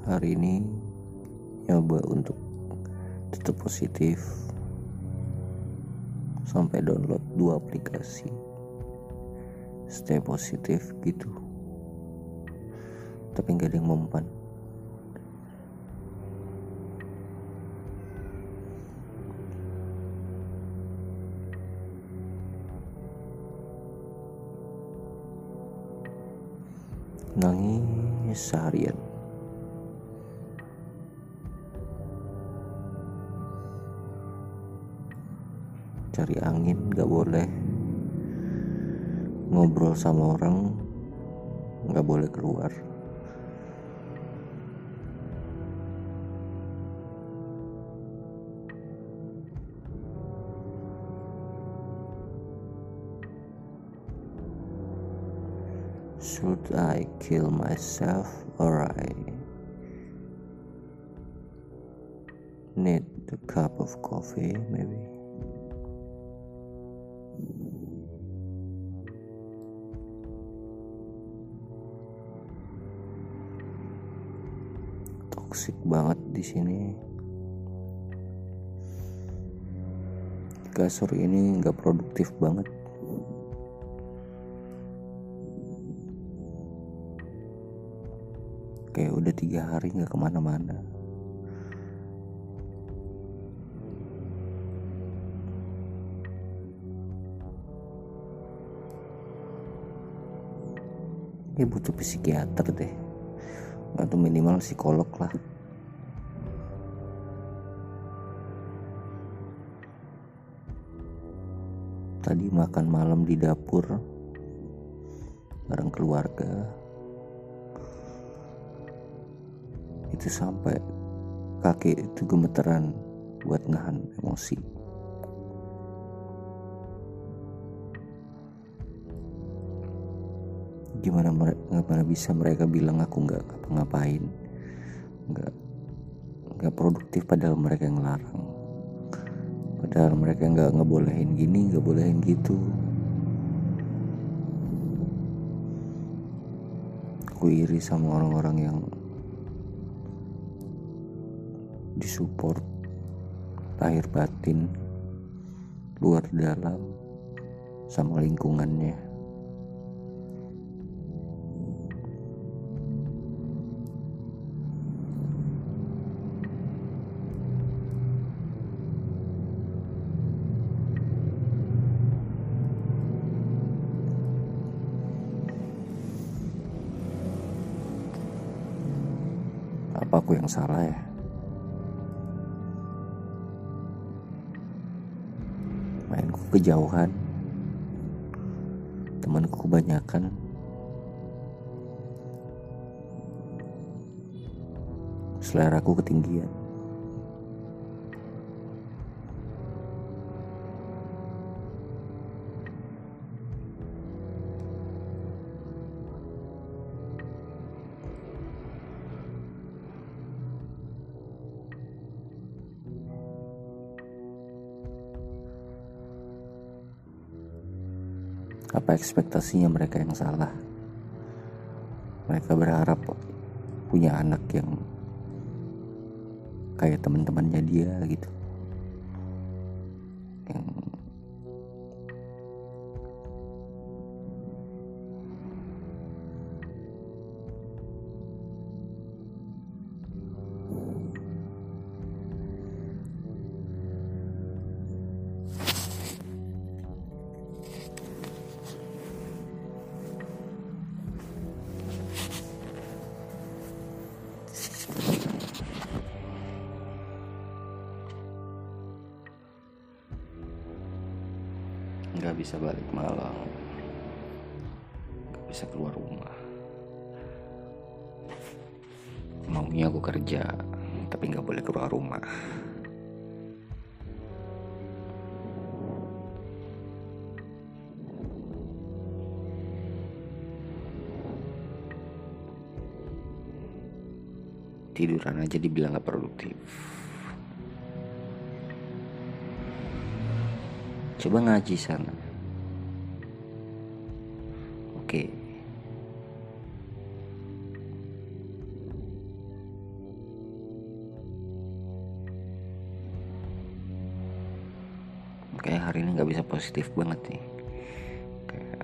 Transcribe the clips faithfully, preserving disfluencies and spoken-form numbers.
Hari ini nyoba untuk tetap positif sampai download dua aplikasi stay positif gitu, tapi gak ada yang mempan. Nangis seharian, cari angin gak boleh, ngobrol sama orang gak boleh keluar. Should I kill myself or I need a cup of coffee maybe? Toksik banget di sini. Kasur ini nggak produktif banget. Kayak udah tiga hari nggak kemana-mana. Ini butuh psikiater deh, atau minimal psikolog lah. Tadi makan malam di dapur bareng keluarga, itu sampai kaki itu gemeteran buat nahan emosi. Gimana mereka, gimana bisa mereka bilang aku nggak ngapa-ngapain, nggak nggak produktif, padahal mereka yang larang, padahal mereka nggak ngebolehin gini, nggak bolehin gitu. Aku iri sama orang-orang yang disupport lahir batin, luar dalam, sama lingkungannya. Apa aku yang salah ya? Mainku kejauhan, temanku kebanyakan, seleraku ketinggian. Apa ekspektasinya mereka yang salah? Mereka berharap punya anak yang kayak teman-temannya dia gitu, yang nggak bisa balik malam, nggak bisa keluar rumah. Maunya aku kerja, tapi nggak boleh keluar rumah. Tiduran aja dibilang nggak produktif. Coba ngaji sana. Oke. kayak hari ini nggak bisa positif banget nih. Kayak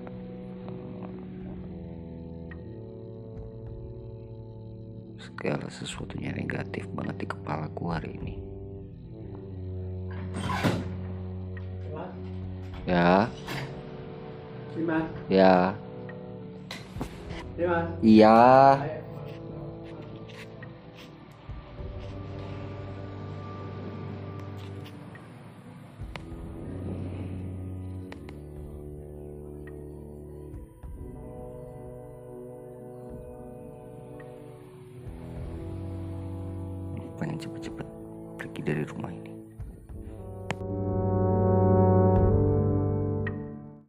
segala sesuatunya negatif banget di kepalaku hari ini. Ya. Dimas. Ya. Dimas. Iya. Pengen cepet-cepet pergi dari rumah ini.